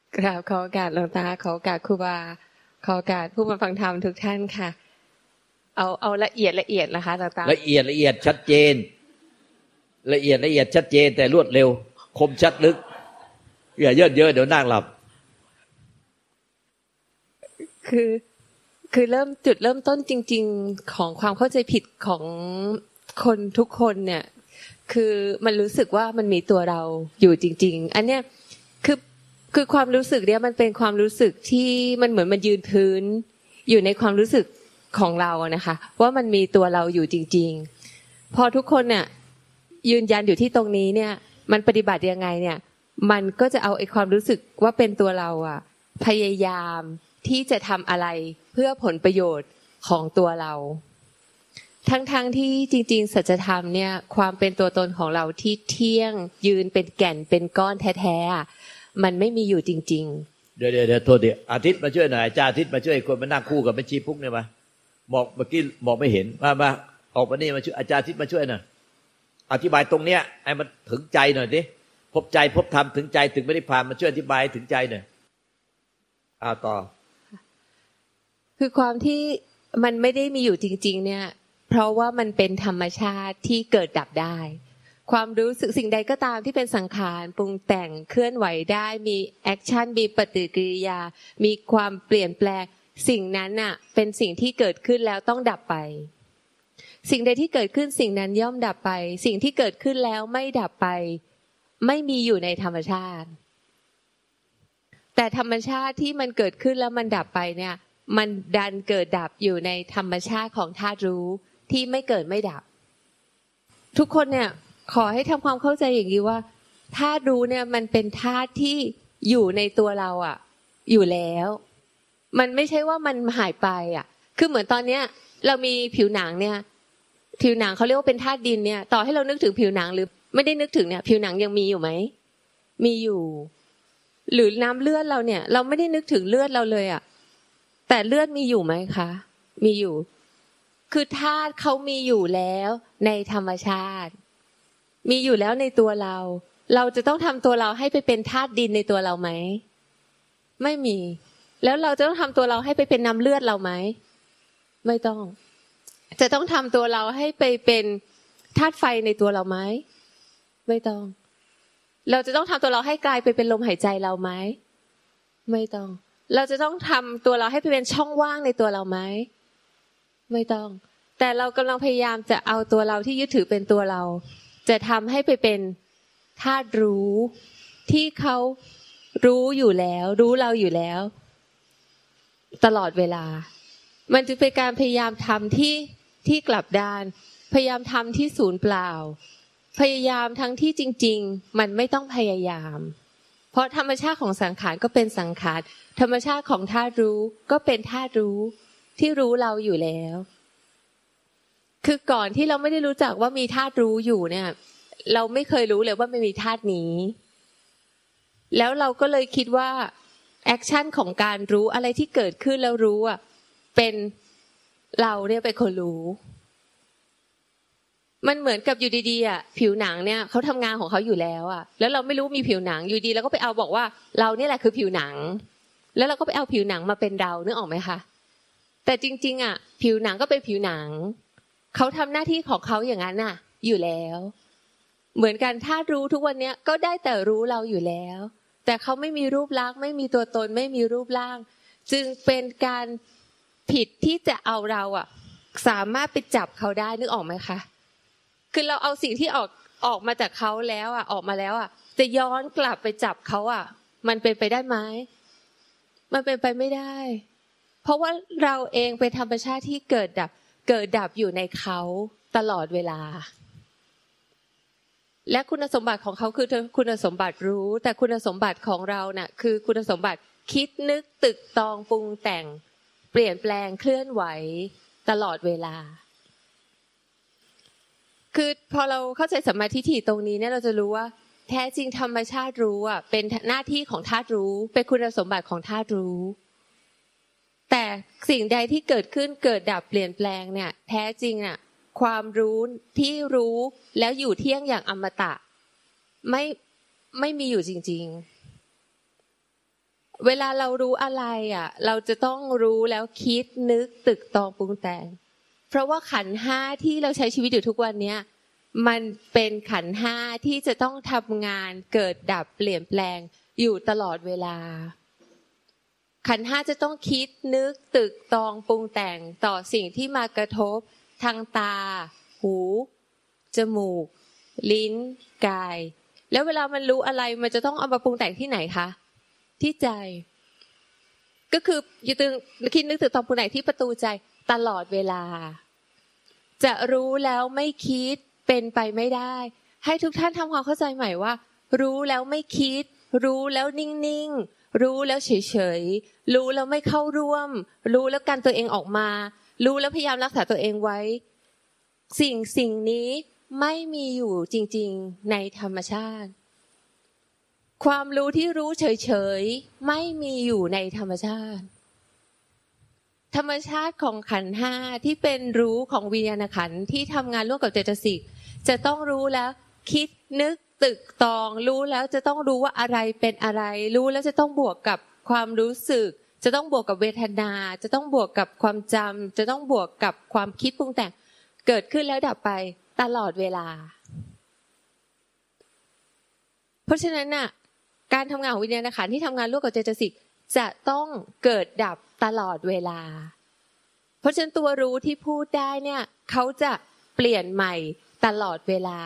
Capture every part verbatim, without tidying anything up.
กราบขอโอกาสหลวงตาขอโอกาสครูบาขอโอกาสผู้มาฟังธรรมทุกท่านค่ะเอาเอาละเอียดละเอียดนะคะหลวงตาละเอียดละเอียดชัดเจนละเอียดละเอียดชัดเจนแต่รวดเร็วคมชัดลึกอย่าเยอะเยอะเดี๋ยวนั่งหลับคือคือเริ่มจุดเริ่มต้นจริงๆของความเข้าใจผิดของคนทุกคนเนี่ยคือมันรู้สึกว่ามันมีตัวเราอยู่จริงๆอันเนี้ยคือคือความรู้สึกเนี้ยมันเป็นความรู้สึกที่มันเหมือนมันยืนพื้นอยู่ในความรู้สึกของเรานะคะว่ามันมีตัวเราอยู่จริงๆพอทุกคนเนี่ยยืนยันอยู่ที่ตรงนี้เนี่ยมันปฏิบัติยังไงเนี่ยมันก็จะเอาไอ้ความรู้สึกว่าเป็นตัวเราอ่ะพยายามที่จะทำอะไรเพื่อผลประโยชน์ของตัวเราทั้งๆ ท, ที่จริงๆสัจธรรมเนี่ยความเป็นตัวตนของเราที่เที่ยงยืนเป็นแก่นเป็นก้อนแท้ๆมันไม่มีอยู่จริงๆเดี๋ยวเดี๋ยวเดี๋ยวโทษดิอาทิตย์มาช่วยหน่อยอาจารย์อาทิตย์มาช่วยคนมานั่งคู่กับแม่ชีพุกเนี่ยมาบอกเมื่อกี้บอกไม่เห็นมามาออกมานี่มาช่วยอาจารย์อาทิตย์มาช่วยหน่อยอธิบายตรงเนี้ยให้มันถึงใจหน่อยดิพบใจพบธรรมถึงใจถึงไม่ได้ผ่านมาช่วยอธิบายถึงใจหน่อยอ่าต่อคือความที่มันไม่ได้มีอยู่จริงๆเนี่ยเพราะว่ามันเป็นธรรมชาติที่เกิดดับได้ความรู้สึกสิ่งใดก็ตามที่เป็นสังขารปรุงแต่งเคลื่อนไหวได้มีแอคชั่นมีปฏิกิริยามีความเปลี่ยนแปลงสิ่งนั้นน่ะเป็นสิ่งที่เกิดขึ้นแล้วต้องดับไปสิ่งใดที่เกิดขึ้นสิ่งนั้นย่อมดับไปสิ่งที่เกิดขึ้นแล้วไม่ดับไปไม่มีอยู่ในธรรมชาติแต่ธรรมชาติที่มันเกิดขึ้นแล้วมันดับไปเนี่ยมันดันเกิดดับอยู่ในธรรมชาติของธาตุรู้ที่ไม่เกิดไม่ดับทุกคนเนี่ยขอให้ทำความเข้าใจอย่างนี้ว่าธาตุรู้เนี่ยมันเป็นธาตุที่อยู่ในตัวเราอ่ะอยู่แล้วมันไม่ใช่ว่ามันหายไปอ่ะคือเหมือนตอนเนี้ยเรามีผิวหนังเนี่ยผิวหนังเขาเรียกว่าเป็นธาตุดินเนี่ยต่อให้เรานึกถึงผิวหนังหรือไม่ได้นึกถึงเนี่ยผิวหนังยังมีอยู่ไหมมีอยู่หรือน้ำเลือดเราเนี่ยเราไม่ได้นึกถึงเลือดเราเลยอ่ะแต่เลือดมีอยู่ไหมคะมีอยู่คือธาตุเขามีอยู่แล้วในธรรมชาติมีอยู่แล้วในตัวเราเราจะต้องทำตัวเราให้ไปเป็นธาตุดินในตัวเราไหมไม่มีแล้วเราจะต้องทำตัวเราให้ไปเป็นน้ำเลือดเราไหมไม่ต้องจะต้องทำตัวเราให้ไปเป็นธาตุไฟในตัวเราไหมไม่ต้องเราจะต้องทำตัวเราให้กลายไปเป็นลมหายใจเราไหมไม่ต้องเราจะต้องทำตัวเราให้ไปเป็นช่องว่างในตัวเราไหมไม่ต้องแต่เรากำลังพยายามจะเอาตัวเราที่ยึดถือเป็นตัวเราจะทำให้ไปเป็นธาตุรู้ที่เขารู้อยู่แล้วรู้เราอยู่แล้วตลอดเวลามันจะเป็นการพยายามทำที่ที่กลับด้านพยายามทำที่ศูนย์เปล่าพยายามทั้งที่จริงๆมันไม่ต้องพยายามเพราะธรรมชาติของสังขารก็เป็นสังขารธรรมชาติของธาตุรู้ก็เป็นธาตุรู้ที่รู้เราอยู่แล้วคือก่อนที่เราไม่ได้รู้จักว่ามีธาตุรู้อยู่เนี่ยเราไม่เคยรู้เลยว่าไม่มีธาตุนี้แล้วเราก็เลยคิดว่าแอคชั่นของการรู้อะไรที่เกิดขึ้นแล้วรู้อ่ะเป็นเราเนี่ยเป็นคนรู้มันเหมือนกับอยู่ดีๆอ่ะผิวหนังเนี่ยเขาทำงานของเขาอยู่แล้วอ่ะแล้วเราไม่รู้มีผิวหนังอยู่ดีแล้วก็ไปเอาบอกว่าเราเนี่ยแหละคือผิวหนังแล้วเราก็ไปเอาผิวหนังมาเป็นเรานึกออกไหมคะแต่จริงๆอ่ะผิวหนังก็เป็นผิวหนังเขาทำหน้าที่ของเขาอย่างนั้นน่ะอยู่แล้วเหมือนกันถ้ารู้ทุกวันนี้ก็ได้แต่รู้เราอยู่แล้วแต่เขาไม่มีรูปลักษณ์ไม่มีตัวตนไม่มีรูปร่างจึงเป็นการผิดที่จะเอาเราอ่ะสามารถไปจับเขาได้นึกออกไหมคะคือเราเอาสิ่งที่ออกออกมาจากเขาแล้วอ่ะออกมาแล้วอ่ะจะย้อนกลับไปจับเขาอ่ะมันเป็นไปได้ไหมมันเป็นไปไม่ได้เพราะว่าเราเองเป็นธรรมชาติที่เกิดดับเกิดดับอยู่ในเขาตลอดเวลาและคุณสมบัติของเขาคือคุณสมบัติรู้แต่คุณสมบัติของเราน่ะคือคุณสมบัติคิดนึกตึกตองปรุงแต่งเปลี่ยนแปลงเคลื่อนไหวตลอดเวลาคือพอเราเข้าใจสัมมาทิฏฐิตรงนี้เนี่ยเราจะรู้ว่าแท้จริงธรรมชาติรู้อ่ะเป็นหน้าที่ของธาตุรู้เป็นคุณสมบัติของธาตุรู้แต่สิ่งใดที่เกิดขึ้นเกิดดับเปลี่ยนแปลงเนี่ยแท้จริงน่ะความรู้ที่รู้แล้วอยู่เที่ยงอย่างอมตะไม่ไม่มีอยู่จริงเวลาเรารู้อะไรอ่ะเราจะต้องรู้แล้วคิดนึกตึกตองปรุงแต่งเพราะว่าขันธ์ห้าที่เราใช้ชีวิตอยู่ทุกวันเนี้ยมันเป็นขันธ์ห้าที่จะต้องทำงานเกิดดับเปลี่ยนแปลงอยู่ตลอดเวลาขันธ์ห้าจะต้องคิดนึกตึกตองปรุงแต่งต่อสิ่งที่มากระทบทางตาหูจมูกลิ้นกายแล้วเวลามันรู้อะไรมันจะต้องเอามาปรุงแต่งที่ไหนคะที่ใจก็คือยึดตึงคิดนึกตึกตองปรุงแต่งที่ประตูใจตลอดเวลาจะรู้แล้วไม่คิดเป็นไปไม่ได้ให้ทุกท่านทำความเข้าใจใหม่ว่ารู้แล้วไม่คิดรู้แล้วนิ่งๆรู้แล้วเฉยๆรู้แล้วไม่เข้าร่วมรู้แล้วกันตัวเองออกมารู้แล้วพยายามรักษาตัวเองไว้สิ่งสิ่งนี้ไม่มีอยู่จริงๆในธรรมชาติความรู้ที่รู้เฉยๆไม่มีอยู่ในธรรมชาติธรรมชาติของขันธ์ห้าที่เป็นรู้ของวิญญาณขันธ์ที่ทำงานร่วมกับเจตสิกจะต้องรู้แล้วคิดนึกตึกตองรู้แล้วจะต้องรู้ว่าอะไรเป็นอะไรรู้แล้วจะต้องบวกกับความรู้สึกจะต้องบวกกับเวทนาจะต้องบวกกับความจำจะต้องบวกกับความคิดปรุงแต่งเกิดขึ้นแล้วดับไปตลอดเวลาเพราะฉะนั้นน่ะการทำงานของวิญญาณขันธ์ที่ทำงานร่วมกับเจตสิกจะต้องเกิดดับตลอดเวลาเพราะฉะนั้นตัวรู้ที่พูดได้เนี่ยเขาจะเปลี่ยนใหม่ตลอดเวลา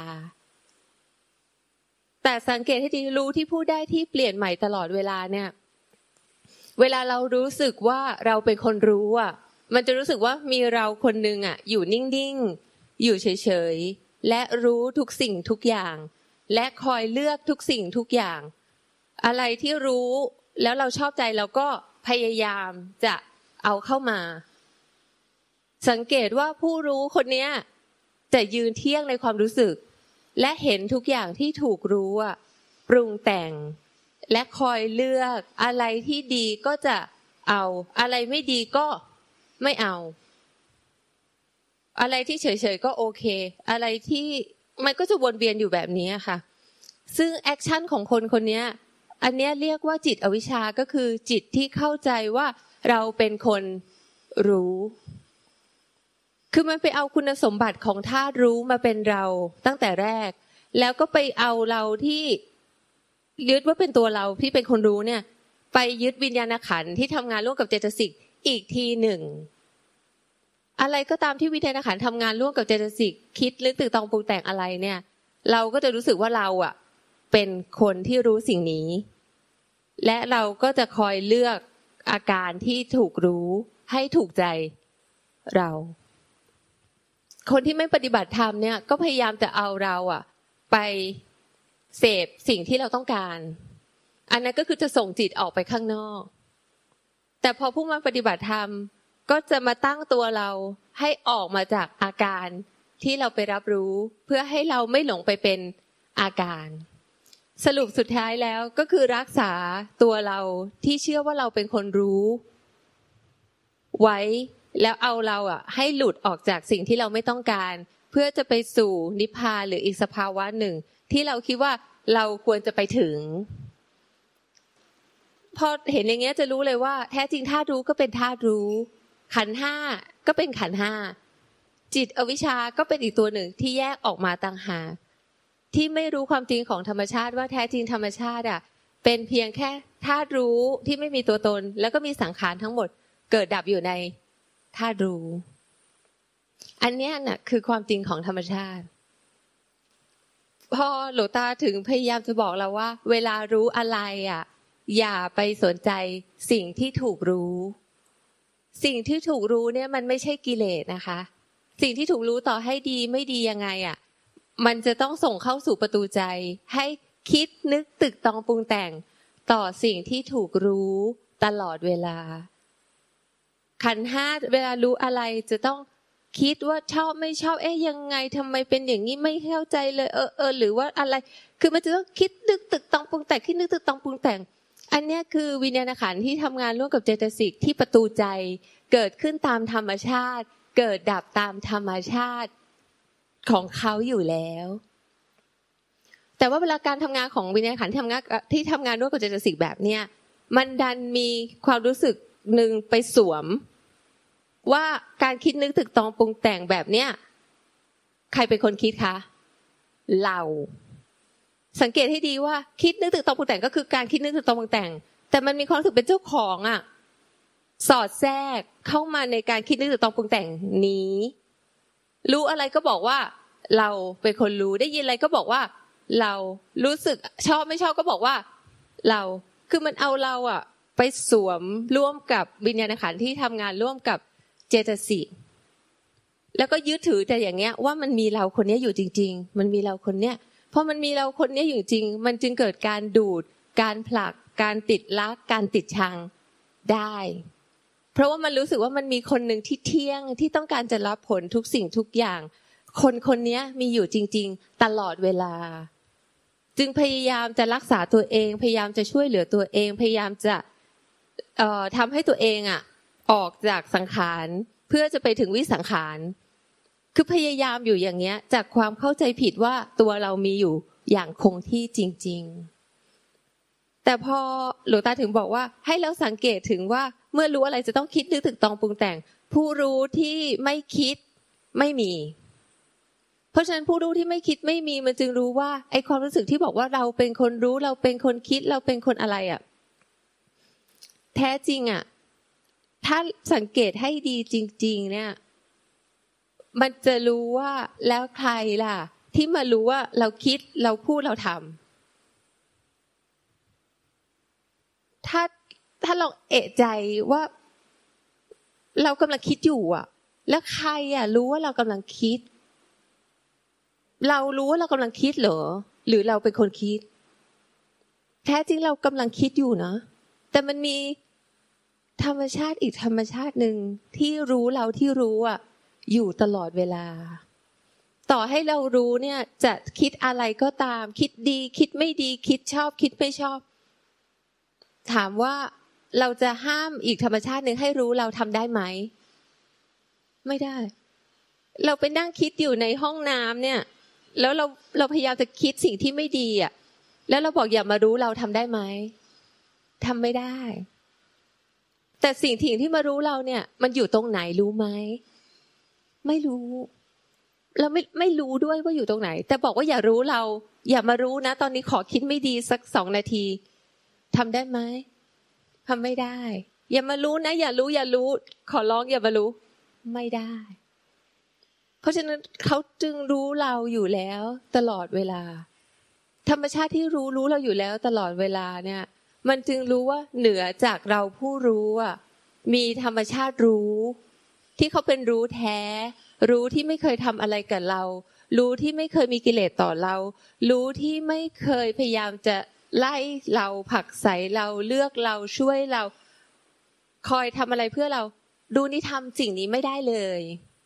แต่สังเกตให้ดีรู้ที่พูดได้ที่เปลี่ยนใหม่ตลอดเวลาเนี่ยเวลาเรารู้สึกว่าเราเป็นคนรู้อ่ะมันจะรู้สึกว่ามีเราคนนึงอ่ะอยู่นิ่งๆอยู่เฉยๆและรู้ทุกสิ่งทุกอย่างและคอยเลือกทุกสิ่งทุกอย่างอะไรที่รู้แล้วเราชอบใจเราก็พยายามจะเอาเข้ามาสังเกตว่าผู้รู้คนนี้จะยืนเที่ยงในความรู้สึกและเห็นทุกอย่างที่ถูกรู้อ่ะปรุงแต่งและคอยเลือกอะไรที่ดีก็จะเอาอะไรไม่ดีก็ไม่เอาอะไรที่เฉยๆก็โอเคอะไรที่มันก็จะวนเวียนอยู่แบบนี้ค่ะซึ่งแอคชั่นของคนคนนี้อันนี้เรียกว่าจิตอวิชชาก็คือจิตที่เข้าใจว่าเราเป็นคนรู้คือมันไปเอาคุณสมบัติของธาตุรู้มาเป็นเราตั้งแต่แรกแล้วก็ไปเอาเราที่ยึดว่าเป็นตัวเราที่เป็นคนรู้เนี่ยไปยึดวิญญาณขันธ์ที่ทำงานร่วมกับเจตสิกอีกทีหนึ่งอะไรก็ตามที่วิญญาณขันธ์ทำงานร่วมกับเจตสิกคิดหรือตึกตองปรุงแต่งอะไรเนี่ยเราก็จะรู้สึกว่าเราอ่ะเป็นคนที่รู้สิ่งนี้และเราก็จะคอยเลือกอาการที่ถูกรู้ให้ถูกใจเราคนที่ไม่ปฏิบัติธรรมเนี่ยก็พยายามจะเอาเราอ่ะไปเสพสิ่งที่เราต้องการอันนั้นก็คือจะส่งจิตออกไปข้างนอกแต่พอผู้มาปฏิบัติธรรมก็จะมาตั้งตัวเราให้ออกมาจากอาการที่เราไปรับรู้เพื่อให้เราไม่หลงไปเป็นอาการสรุปสุดท้ายแล้วก็คือรักษาตัวเราที่เชื่อว่าเราเป็นคนรู้ไว้แล้วเอาเราอ่ะให้หลุดออกจากสิ่งที่เราไม่ต้องการเพื่อจะไปสู่นิพพานหรืออีกสภาวะหนึ่งที่เราคิดว่าเราควรจะไปถึงพอเห็นอย่างเงี้ยจะรู้เลยว่าแท้จริงธาตุรู้ก็เป็นธาตุรู้ขันธ์ห้าก็เป็นขันธ์ห้าจิตอวิชชาก็เป็นอีกตัวหนึ่งที่แยกออกมาต่างหากที่ไม่รู้ความจริงของธรรมชาติว่าแท้จริงธรรมชาติอ่ะเป็นเพียงแค่ธาตุรู้ที่ไม่มีตัวตนแล้วก็มีสังขารทั้งหมดเกิดดับอยู่ในธาตุรู้อันเนี้ยน่ะคือความจริงของธรรมชาติพอหลวงตาถึงพยายามจะบอกเราว่าเวลารู้อะไรอ่ะอย่าไปสนใจสิ่งที่ถูกรู้สิ่งที่ถูกรู้เนี่ยมันไม่ใช่กิเลสนะคะสิ่งที่ถูกรู้ต่อให้ดีไม่ดียังไงอ่ะมันจะต้องส่งเข้าสู่ประตูใจให้คิดนึกตึกตองปรุงแต่งต่อสิ่งที่ถูกรู้ตลอดเวลาขันธ์ห้าเวลารู้อะไรจะต้องคิดว่าชอบไม่ชอบเอ๊ยยังไงทำไมเป็นอย่างนี้ไม่เข้าใจเลยเออเออหรือว่าอะไรคือมันจะต้องคิดนึกตึกตองปรุงแต่งคิดนึกตึกตองปรุงแต่งอันนี้คือวิญญาณขันธ์ที่ทำงานร่วมกับเจตสิกที่ประตูใจเกิดขึ้นตามธรรมชาติเกิดดับตามธรรมชาติของเขาอยู่แล้วแต่ว่าเวลาการทำงานของวิญญาณขันธ์ที่ทำงานที่ทำงานร่วมกับเจตสิกแบบเนี้ยมันดันมีความรู้สึกหนึ่งไปสวมว่าการคิดนึกตึกตองปรุงแต่งแบบเนี้ยใครเป็นคนคิดคะเราสังเกตให้ดีว่าคิดนึกตึกตองปรุงแต่งก็คือการคิดนึกตึกตองปรุงแต่งแต่มันมีความรู้สึกเป็นเจ้าของอ่ะสอดแทรกเข้ามาในการคิดนึกตึกตองปรุงแต่งนี้รู้อะไรก็บอกว่าเราเป็นคนรู้ได้ยินอะไรก็บอกว่าเรารู้สึกชอบไม่ชอบก็บอกว่าเราคือมันเอาเราอ่ะไปสวมร่วมกับวิญญาณขันธ์ที่ทำงานร่วมกับเจตสิกแล้วก็ยึดถือแต่อย่างเงี้ยว่ามันมีเราคนนี้อยู่จริงๆมันมีเราคนเนี้ยพอมันมีเราคนนี้อยู่จริงมันจึงเกิดการดูดการผลักการติดรักการติดชังได้เพราะว่ามันรู้สึกว่ามันมีคนหนึ่งที่เที่ยงที่ต้องการจะรับผลทุกสิ่งทุกอย่างคนคนนี้มีอยู่จริงๆตลอดเวลาจึงพยายามจะรักษาตัวเองพยายามจะช่วยเหลือตัวเองพยายามจะเอ่อทำให้ตัวเองอ่ะออกจากสังขารเพื่อจะไปถึงวิสังขารคือพยายามอยู่อย่างเงี้ยจากความเข้าใจผิดว่าตัวเรามีอยู่อย่างคงที่จริงๆแต่พอหลวงตาถึงบอกว่าให้เราสังเกตถึงว่าเมื่อรู้อะไรจะต้องคิดนึกถึงตองปรุงแต่งผู้รู้ที่ไม่คิดไม่มีเพราะฉะนั้นผู้รู้ที่ไม่คิดไม่มีมันจึงรู้ว่าไอ้ความรู้สึกที่บอกว่าเราเป็นคนรู้เราเป็นคนคิดเราเป็นคนอะไรอ่ะแท้จริงอ่ะถ้าสังเกตให้ดีจริงๆเนี่ยมันจะรู้ว่าแล้วใครล่ะที่มารู้ว่าเราคิดเราพูดเราทำถ้าถ้าเราเอะใจว่าเรากำลังคิดอยู่อ่ะแล้วใครอ่ะรู้ว่าเรากำลังคิดเรารู้ว่าเรากำลังคิดเหรอหรือเราเป็นคนคิดแท้จริงเรากำลังคิดอยู่นะแต่มันมีธรรมชาติอีกธรรมชาติหนึ่งที่รู้เราที่รู้อ่ะอยู่ตลอดเวลาต่อให้เรารู้เนี่ยจะคิดอะไรก็ตามคิดดีคิดไม่ดีคิดชอบคิดไม่ชอบถามว่าเราจะห้ามอีกธรรมชาติหนึ่งให้รู้เราทำได้ไหมไม่ได้เราไปนั่งคิดอยู่ในห้องน้ำเนี่ยแล้วเราเราพยายามจะคิดสิ่งที่ไม่ดีอ่ะแล้วเราบอกอย่ามารู้เราทำได้ไหมทำไม่ได้แต่สิ่งที่มารู้เราเนี่ยมันอยู่ตรงไหนรู้ไหมไม่รู้เราไม่ไม่รู้ด้วยว่าอยู่ตรงไหนแต่บอกว่าอย่ารู้เราอย่ามารู้นะตอนนี้ขอคิดไม่ดีสักสองนาทีทำได้ไหมทำไม่ได้อย่ามารู้นะอย่ารู้อย่ารู้ขอร้องอย่ามารู้ไม่ได้เพราะฉะนั้นเขาจึงรู้เราอยู่แล้วตลอดเวลาธรรมชาติที่รู้รู้เราอยู่แล้วตลอดเวลาเนี่ยมันจึงรู้ว่าเหนือจากเราผู้รู้อ่ะมีธรรมชาติรู้ที่เขาเป็นรู้แท้รู้ที่ไม่เคยทำอะไรกับเรารู้ที่ไม่เคยมีกิเลสต่อเรารู้ที่ไม่เคยพยายามจะไล่เราผลักไสเราเลือกเราช่วยเราคอยทำอะไรเพื่อเราดูนี่ทำสิ่งนี้ไม่ได้เลย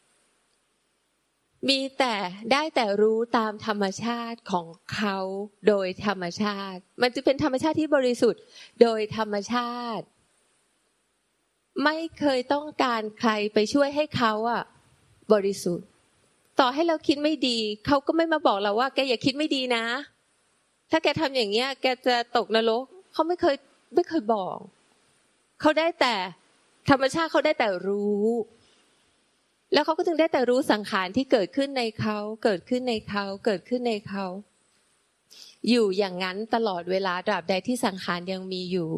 มีแต่ได้แต่รู้ตามธรรมชาติของเขาโดยธรรมชาติมันจะเป็นธรรมชาติที่บริสุทธิ์โดยธรรมชาติไม่เคยต้องการใครไปช่วยให้เขาอ่ะบริสุทธิ์ต่อให้เราคิดไม่ดีเขาก็ไม่มาบอกเราว่าแกอย่าคิดไม่ดีนะถ้าแกทำอย่างเงี้ยแกจะตกนรกเขาไม่เคยไม่เคยบอกเขาได้แต่ธรรมชาติเขาได้แต่รู้แล้วเขาก็จึงได้แต่รู้สังขารที่เกิดขึ้นในเขาเกิดขึ้นในเขาเกิดขึ้นในเขาอยู่อย่างนั้นตลอดเวลาตราบใดที่สังขารยังมีอยู่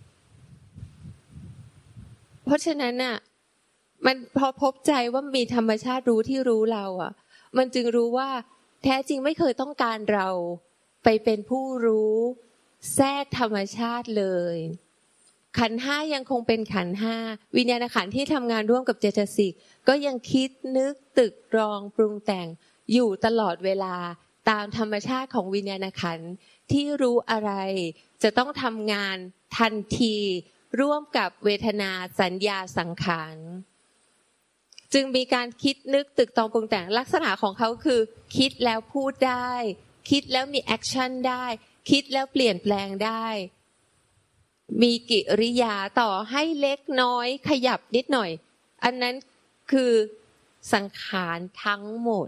เพราะฉะนั้นน่ะมันพอพบใจว่ามีธรรมชาติรู้ที่รู้เราอ่ะมันจึงรู้ว่าแท้จริงไม่เคยต้องการเราไปเป็นผู้รู้แทรกธรรมชาติเลยขันธ์ห้ายังคงเป็นขันธ์ห้าวิญญาณขันธ์ที่ทำงานร่วมกับเจตสิกก็ยังคิดนึกตึกตรองปรุงแต่งอยู่ตลอดเวลาตามธรรมชาติของวิญญาณขันธ์ที่รู้อะไรจะต้องทำงานทันทีร่วมกับเวทนาสัญญาสังขารจึงมีการคิดนึกตึกตรองปรุงแต่งลักษณะของเขาคือคิดแล้วพูดได้คิดแล้วมีแอคชั่นได้คิดแล้วเปลี่ยนแปลงได้มีกิริยาต่อให้เล็กน้อยขยับนิดหน่อยอันนั้นคือสังขารทั้งหมด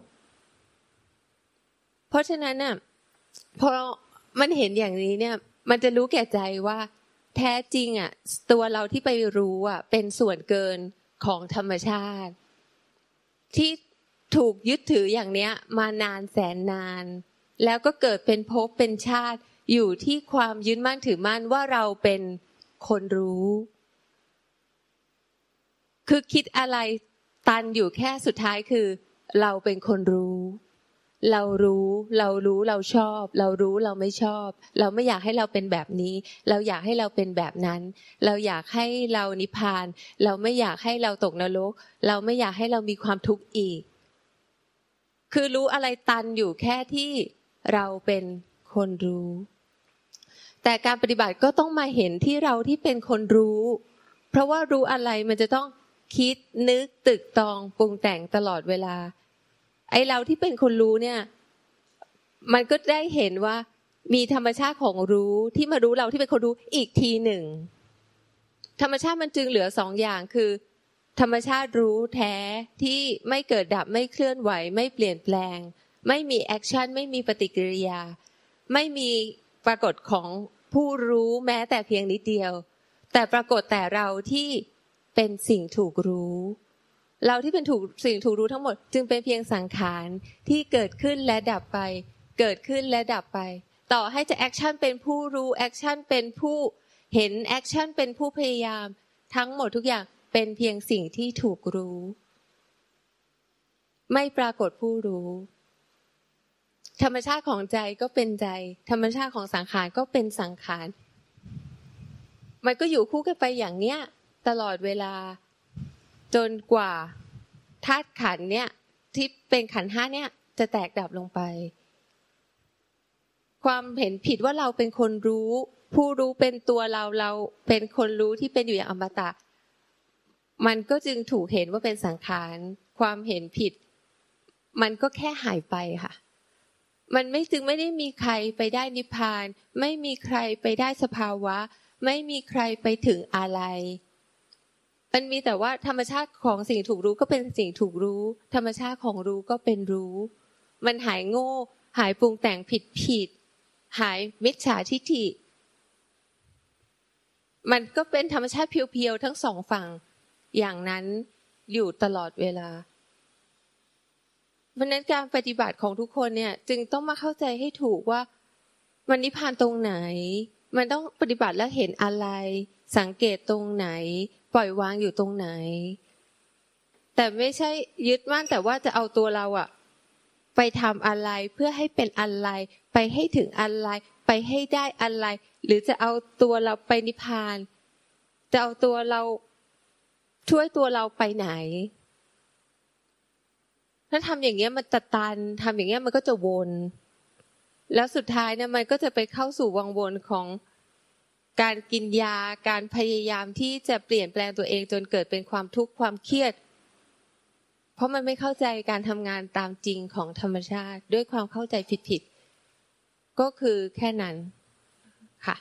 เพราะฉะนั้นน่ะพอมันเห็นอย่างนี้เนี่ยมันจะรู้แก่ใจว่าแท้จริงอ่ะตัวเราที่ไปรู้อ่ะเป็นส่วนเกินของธรรมชาติที่ถูกยึดถืออย่างเนี้ยมานานแสนนานแล้วก็เกิดเป็นภพเป็นชาติอยู่ที่ความยึดมั่นถือมั่นว่าเราเป็นคนรู้คือคิดอะไรตันอยู่แค่สุดท้ายคือเราเป็นคนรู้เรารู้เรารู้เราชอบเรารู้เราไม่ชอบเราไม่อยากให้เราเป็นแบบนี้เราอยากให้เราเป็นแบบนั้นเราอยากให้เรานิพพานเราไม่อยากให้เราตกนรกเราไม่อยากให้เรามีความทุกข์อีกคือรู้อะไรตันอยู่แค่ที่เราเป็นคนรู้แต่การปฏิบัติก็ต้องมาเห็นที่เราที่เป็นคนรู้เพราะว่ารู้อะไรมันจะต้องคิดนึกตึกตองปรุงแต่งตลอดเวลาไอ้เราที่เป็นคนรู้เนี่ยมันก็ได้เห็นว่ามีธรรมชาติของรู้ที่มารู้เราที่เป็นคนรู้อีกทีหนึ่งธรรมชาติมันจึงเหลือสองอย่างคือธรรมชาติรู้แท้ที่ไม่เกิดดับไม่เคลื่อนไหวไม่เปลี่ยนแปลงไม่มีแอคชั่นไม่มีปฏิกิริยาไม่มีปรากฏของผู้รู้แม้แต่เพียงนิดเดียวแต่ปรากฏแต่เราที่เป็นสิ่งถูกรู้เราที่เป็นถูกสิ่งถูกรู้ทั้งหมดจึงเป็นเพียงสังขารที่เกิดขึ้นและดับไปเกิดขึ้นและดับไปต่อให้จะแอคชั่นเป็นผู้รู้แอคชั่นเป็นผู้เห็นแอคชั่นเป็นผู้พยายามทั้งหมดทุกอย่างเป็นเพียงสิ่งที่ถูกรู้ไม่ปรากฏผู้รู้ธรรมชาติของใจก็เป็นใจธรรมชาติของสังขารก็เป็นสังขารมันก็อยู่คู่กันไปอย่างเนี้ยตลอดเวลาจนกว่าธาตุขันธ์เนี่ยที่เป็นขันธ์ห้าเนี่ยจะแตกดับลงไปความเห็นผิดว่าเราเป็นคนรู้ผู้รู้เป็นตัวเราเราเป็นคนรู้ที่เป็นอยู่อย่างอมตะมันก็จึงถูกเห็นว่าเป็นสังขารความเห็นผิดมันก็แค่หายไปค่ะมันไม่จึงไม่ได้มีใครไปได้นิพพานไม่มีใครไปได้สภาวะไม่มีใครไปถึงอะไรมันมีแต่ว่าธรรมชาติของสิ่งถูกรู้ก็เป็นสิ่งถูกรู้ธรรมชาติของรู้ก็เป็นรู้มันหายโง่หายปรุงแต่งผิดผิดหายมิจฉาทิฏฐิมันก็เป็นธรรมชาติเพียวๆทั้งสองฝั่งอย่างนั้นอยู่ตลอดเวลาเพราะนั้นการปฏิบัติของทุกคนเนี่ยจึงต้องมาเข้าใจให้ถูกว่ามันนิพพานตรงไหนมันต้องปฏิบัติแล้วเห็นอะไรสังเกตตรงไหนปล่อยวางอยู่ตรงไหนแต่ไม่ใช่ยึดมั่นแต่ว่าจะเอาตัวเราอะไปทำอะไรเพื่อให้เป็นอะไรไปให้ถึงอะไรไปให้ได้อะไรหรือจะเอาตัวเราไปนิพพานจะเอาตัวเราช่วยตัวเราไปไหนถ้าทำอย่างเงี้ยมันจะตันทำอย่างเงี้ยมันก็จะวนแล้วสุดท้ายเนี่ยมันก็จะไปเข้าสู่วังวนของการกินยาการพยายามที่จะเปลี่ยนแปลงตัวเองจนเกิดเป็นความทุกข์ความเครียดเพราะมันไม่เข้าใจการทำงานตามจริงของธรรมชาติด้วยความเข้าใจผิดๆก็คือแค่นั้นค่ะ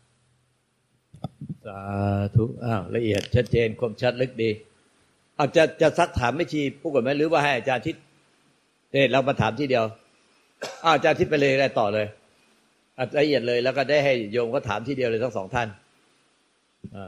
สาธุอ้าวละเอียดชัดเจนคมชัดลึกดีเอาจะจะซักถามไม่ชีพูดก่อนไหมหรือว่าให้อาจารย์ทิศเนี่ยเรามาถามทีเดียวอ้าวอาจารย์ทิศไปเลยได้ต่อเลยละเอียดเลยแล้วก็ได้ให้โยมก็ถามทีเดียวเลยทั้งสองท่านอ่า